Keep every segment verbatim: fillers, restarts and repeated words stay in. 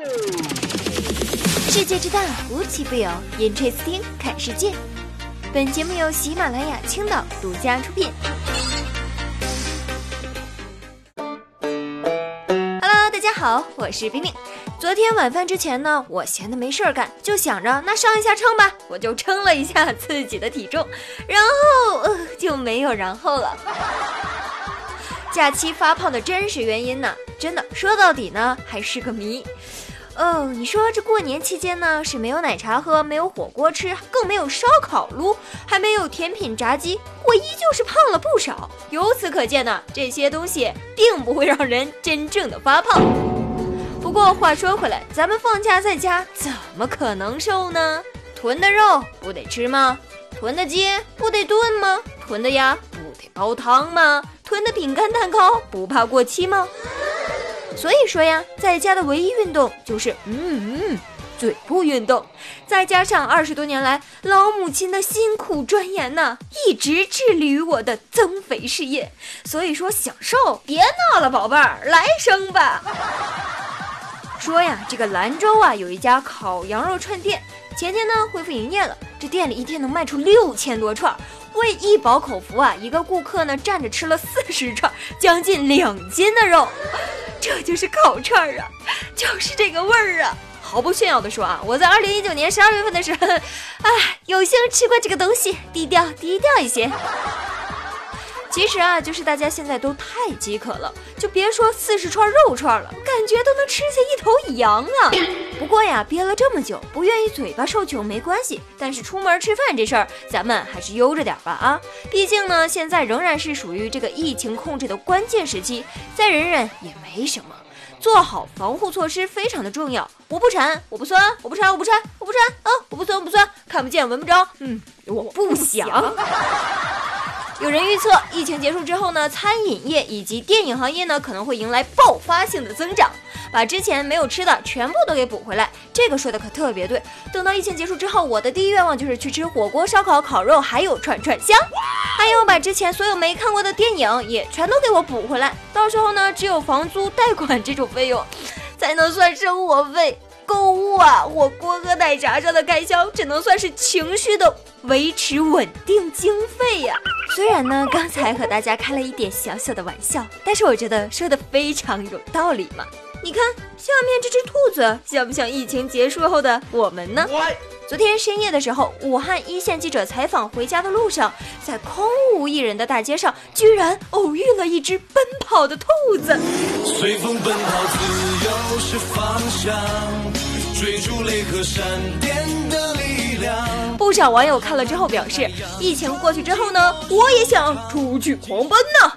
世界之大，无奇不有，言垂思听，看世界。本节目由喜马拉雅青岛独家出品。Hello， 大家好，我是冰冰。昨天晚饭之前呢，我闲得没事儿干，就想着那上一下称吧，我就称了一下自己的体重，然后、呃、就没有然后了。假期发胖的真实原因呢，真的说到底呢，还是个谜。哦，你说这过年期间呢，是没有奶茶喝，没有火锅吃，更没有烧烤撸，还没有甜品炸鸡，我依旧是胖了不少。由此可见呢，这些东西并不会让人真正的发胖。不过话说回来，咱们放假在家怎么可能瘦呢？囤的肉不得吃吗？囤的鸡不得炖吗？囤的鸭不得煲汤吗？囤的饼干蛋糕不怕过期吗？所以说呀，在家的唯一运动就是嗯嗯嘴部运动，再加上二十多年来老母亲的辛苦钻研呢，一直致力于我的增肥事业。所以说想瘦别闹了，宝贝儿，来生吧。说呀，这个兰州啊有一家烤羊肉串店，前天呢恢复营业了，这店里一天能卖出六千多串，为一饱口福啊，一个顾客呢站着吃了四十串，将近两斤的肉。这就是烤串啊，就是这个味儿啊！毫不炫耀的说啊，我在二零一九年十二月份的时候，哎，有幸吃过这个东西，低调低调一些。其实啊，就是大家现在都太饥渴了，就别说四十串肉串了，感觉都能吃下一头羊啊！不过呀，憋了这么久，不愿意嘴巴受穷没关系，但是出门吃饭这事儿，咱们还是悠着点吧啊！毕竟呢，现在仍然是属于这个疫情控制的关键时期，再忍忍也没什么。做好防护措施非常的重要。我不馋，我不酸，我不馋，我不馋，我不馋啊！我不酸，我不酸，看不见，闻不着，嗯，我不想。有人预测，疫情结束之后呢，餐饮业以及电影行业呢可能会迎来爆发性的增长，把之前没有吃的全部都给补回来。这个说的可特别对。等到疫情结束之后，我的第一愿望就是去吃火锅、烧烤、烤肉，还有串串香，还有把之前所有没看过的电影也全都给我补回来。到时候呢，只有房租、贷款这种费用才能算生活费。购物啊，火锅和奶茶上的开销只能算是情绪的维持稳定经费呀。虽然呢，刚才和大家开了一点小小的玩笑，但是我觉得说的非常有道理嘛。你看下面这只兔子像不像疫情结束后的我们呢？昨天深夜的时候，武汉一线记者采访回家的路上，在空无一人的大街上，居然偶遇了一只奔跑的兔子。随风奔跑，自由是方向，追逐雷和闪电的力量。不少网友看了之后表示，疫情过去之后呢，我也想出去狂奔呢。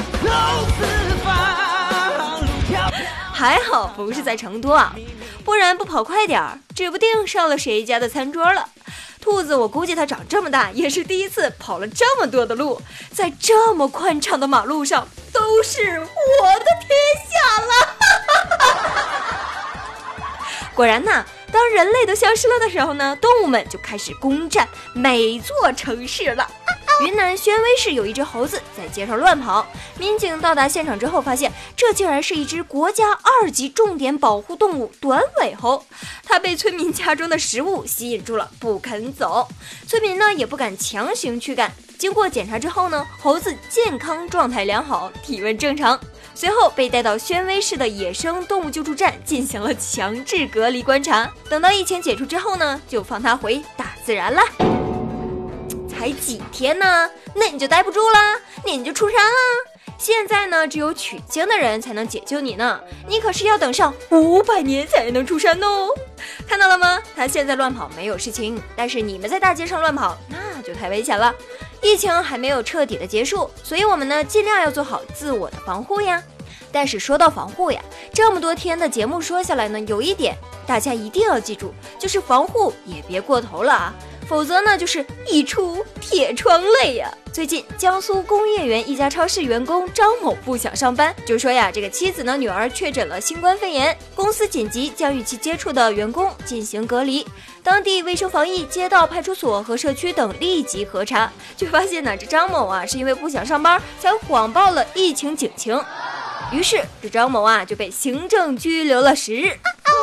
还好不是在成都啊，不然不跑快点儿，指不定上了谁家的餐桌了。兔子我估计它长这么大也是第一次跑了这么多的路，在这么宽敞的马路上，都是我的天下了。果然呐，当人类都消失了的时候呢，动物们就开始攻占每座城市了。云南宣威市有一只猴子在街上乱跑，民警到达现场之后发现，这竟然是一只国家二级重点保护动物短尾猴。它被村民家中的食物吸引住了，不肯走。村民呢也不敢强行驱赶。经过检查之后呢，猴子健康状态良好，体温正常。随后被带到宣威市的野生动物救助站进行了强制隔离观察。等到疫情解除之后呢，就放它回大自然了。才几天呢，那你就待不住啦，那你就出山啦。现在呢，只有取经的人才能解救你呢，你可是要等上五百年才能出山哦。看到了吗？他现在乱跑没有事情，但是你们在大街上乱跑，那就太危险了。疫情还没有彻底的结束，所以我们呢尽量要做好自我的防护呀。但是说到防护呀，这么多天的节目说下来呢，有一点大家一定要记住，就是防护也别过头了啊。否则呢，就是一出铁窗泪呀。最近，江苏工业园一家超市员工张某不想上班，就说呀，这个妻子呢女儿确诊了新冠肺炎，公司紧急将与其接触的员工进行隔离。当地卫生防疫、街道派出所和社区等立即核查，就发现呢，这张某啊是因为不想上班，才谎报了疫情警情。于是，这张某啊就被行政拘留了十日。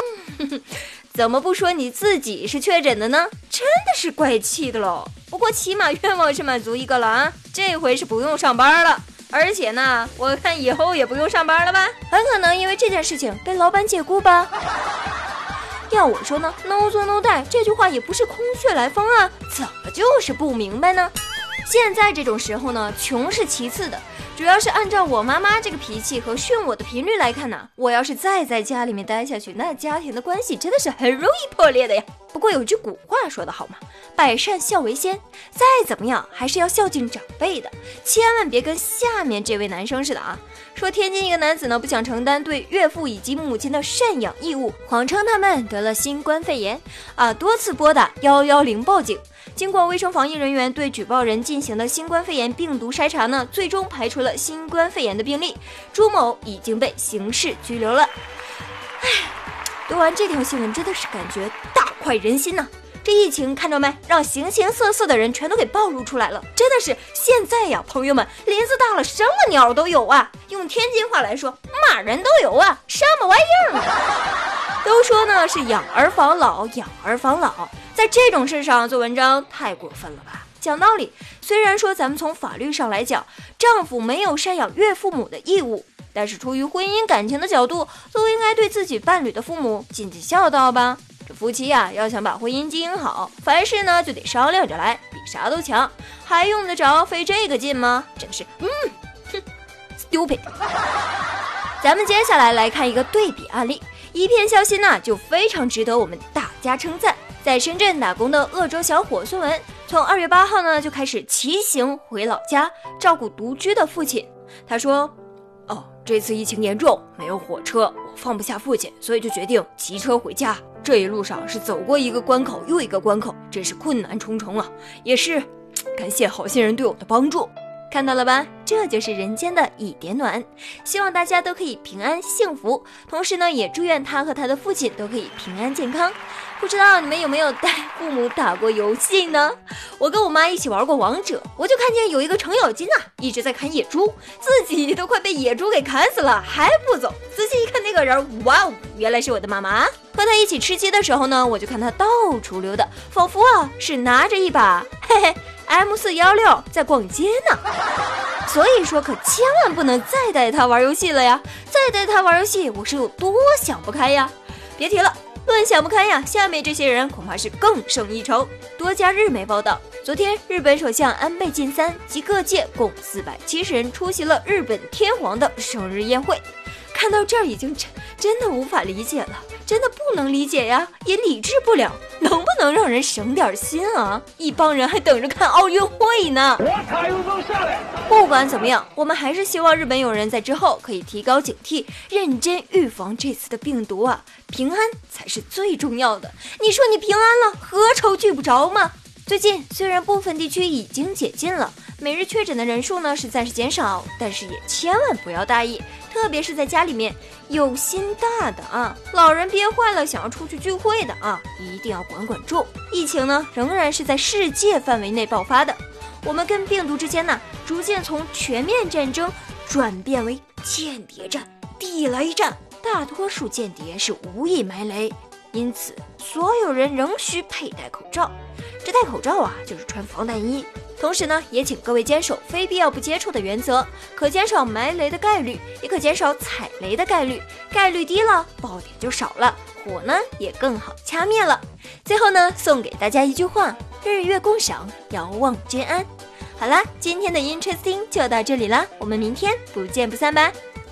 怎么不说你自己是确诊的呢？真的是怪气的喽。不过起码愿望是满足一个了啊，这回是不用上班了。而且呢，我看以后也不用上班了吧？很可能因为这件事情被老板解雇吧。要我说呢 ，no 做 no die 这句话也不是空穴来风啊，怎么就是不明白呢？现在这种时候呢，穷是其次的，主要是按照我妈妈这个脾气和训我的频率来看呢，我要是再在家里面待下去，那家庭的关系真的是很容易破裂的呀。不过有句古话说得好嘛，百善孝为先，再怎么样还是要孝敬长辈的，千万别跟下面这位男生似的啊，说天津一个男子呢不想承担对岳父以及母亲的赡养义务，谎称他们得了新冠肺炎啊，多次拨打一一零报警。经过卫生防疫人员对举报人进行的新冠肺炎病毒筛查呢，最终排除了新冠肺炎的病例，朱某已经被刑事拘留了。唉，读完这条新闻真的是感觉大快人心呐、啊！这疫情看着没，让形形色色的人全都给暴露出来了，真的是现在呀，朋友们，林子大了什么鸟都有啊，用天津话来说，骂人都有啊，什么玩意儿啊？都说呢是养儿防老，养儿防老，在这种事上做文章太过分了吧？讲道理，虽然说咱们从法律上来讲，丈夫没有赡养岳父母的义务，但是出于婚姻感情的角度，都应该对自己伴侣的父母尽尽孝道吧。这夫妻呀、啊，要想把婚姻经营好，凡事呢就得商量着来，比啥都强，还用得着费这个劲吗？真的是，嗯，哼 ，stupid。咱们接下来来看一个对比案例，一片孝心呐、啊，就非常值得我们大家称赞。在深圳打工的鄂州小伙孙文，从二月八号呢就开始骑行回老家照顾独居的父亲。他说：“哦，这次疫情严重，没有火车，我放不下父亲，所以就决定骑车回家。这一路上是走过一个关口又一个关口，真是困难重重啊！也是感谢好心人对我的帮助。”看到了吧，这就是人间的一点暖。希望大家都可以平安幸福，同时呢，也祝愿他和他的父亲都可以平安健康。不知道你们有没有带父母打过游戏呢？我跟我妈一起玩过王者，我就看见有一个程咬金啊，一直在砍野猪，自己都快被野猪给砍死了，还不走。仔细一看那个人，哇哦，原来是我的妈妈。和他一起吃鸡的时候呢，我就看他到处溜达，仿佛啊是拿着一把嘿嘿 M 四一六在逛街呢。所以说可千万不能再带他玩游戏了呀，再带他玩游戏我是有多想不开呀。别提了，论想不开呀，下面这些人恐怕是更胜一筹。多家日媒报道，昨天日本首相安倍晋三及各界共四百七十人出席了日本天皇的生日宴会。看到这儿已经真真的无法理解了，真的不能理解呀，也理智不了，能不能让人省点心啊？一帮人还等着看奥运会呢。不管怎么样，我们还是希望日本友人在之后可以提高警惕，认真预防这次的病毒啊，平安才是最重要的。你说你平安了，何愁聚不着吗？最近虽然部分地区已经解禁了，每日确诊的人数呢是暂时减少，但是也千万不要大意，特别是在家里面有心大的啊，老人憋坏了想要出去聚会的啊，一定要管管住。疫情呢仍然是在世界范围内爆发的，我们跟病毒之间呢逐渐从全面战争转变为间谍战、地雷战，大多数间谍是无意埋雷，因此所有人仍需佩戴口罩。这戴口罩啊就是穿防弹衣，同时呢也请各位坚守非必要不接触的原则，可减少埋雷的概率，也可减少踩雷的概率，概率低了爆点就少了，火呢也更好掐灭了。最后呢送给大家一句话，日月共赏，遥望君安。好啦，今天的 Interesting 就到这里啦，我们明天不见不散吧。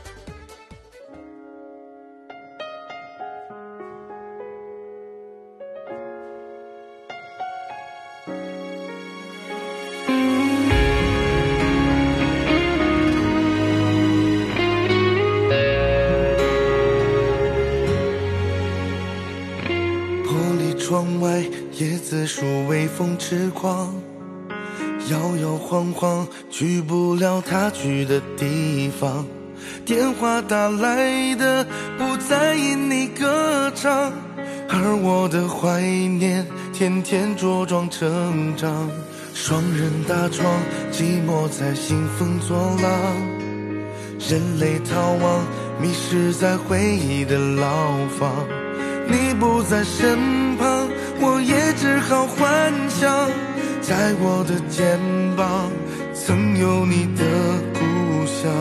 窗外椰子树微风痴狂，摇摇晃晃去不了他去的地方，电话打来的不再因你歌唱，而我的怀念天天茁壮成长。双人大床，寂寞在兴风作浪，人类逃亡，迷失在回忆的牢房。 你不在身旁，我也只好幻想，在我的肩膀曾有你的故乡。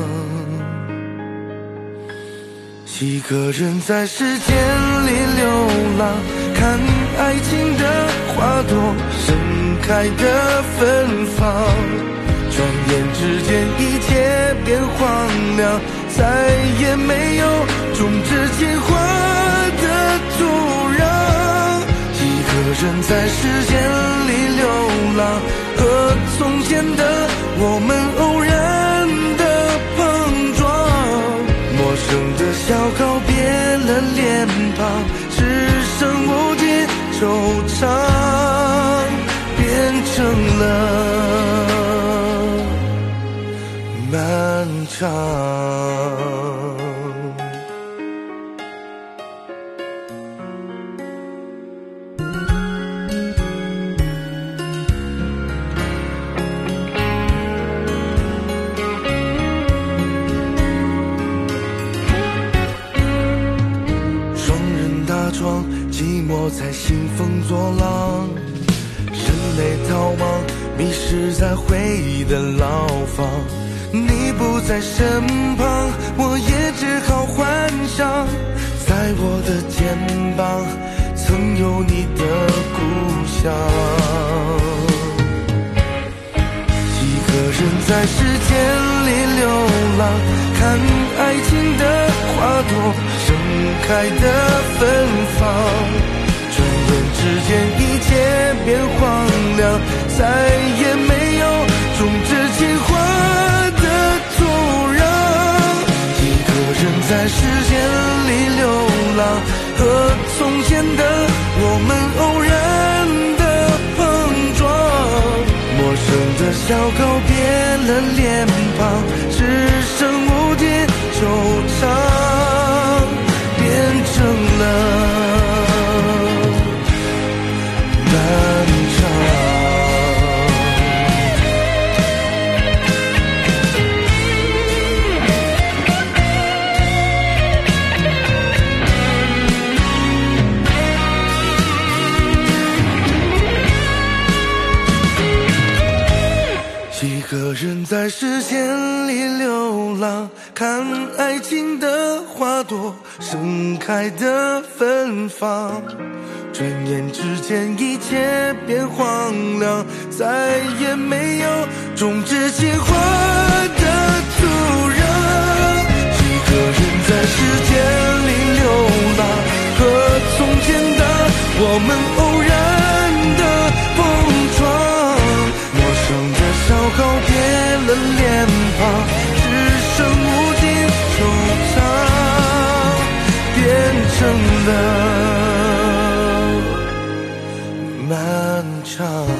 一个人在时间里流浪，看爱情的花朵盛开的芬芳，转眼之间一切变荒凉，再也没有种植情花的土壤。一个人在时间里流浪，和从前的我们偶然的碰撞，陌生的笑告别了脸庞，只剩无尽惆怅，变成了漫长。寂寞在兴风作浪，人类逃亡，迷失在回忆的牢房。你不在身旁，我也只好幻想，在我的肩膀曾有你的故乡。一个人在时间里流浪，看爱情的花朵盛开的芬芳，转眼之间一切变荒凉，再也没有种植情花的土壤。一个人在时间里流浪，和从前的我们偶然的碰撞，陌生的笑告别了脸庞，只剩无尽惆怅，变成了漫长。一个人在时间里流浪，看爱情的花朵盛开的芬芳，转眼之间一切变荒凉，再也没有种植情花的土壤。一个人在时间里流浪，和从前的我们偶然的碰撞，陌生的笑告别了脸庞，只剩无尽惆怅，变成了漫长。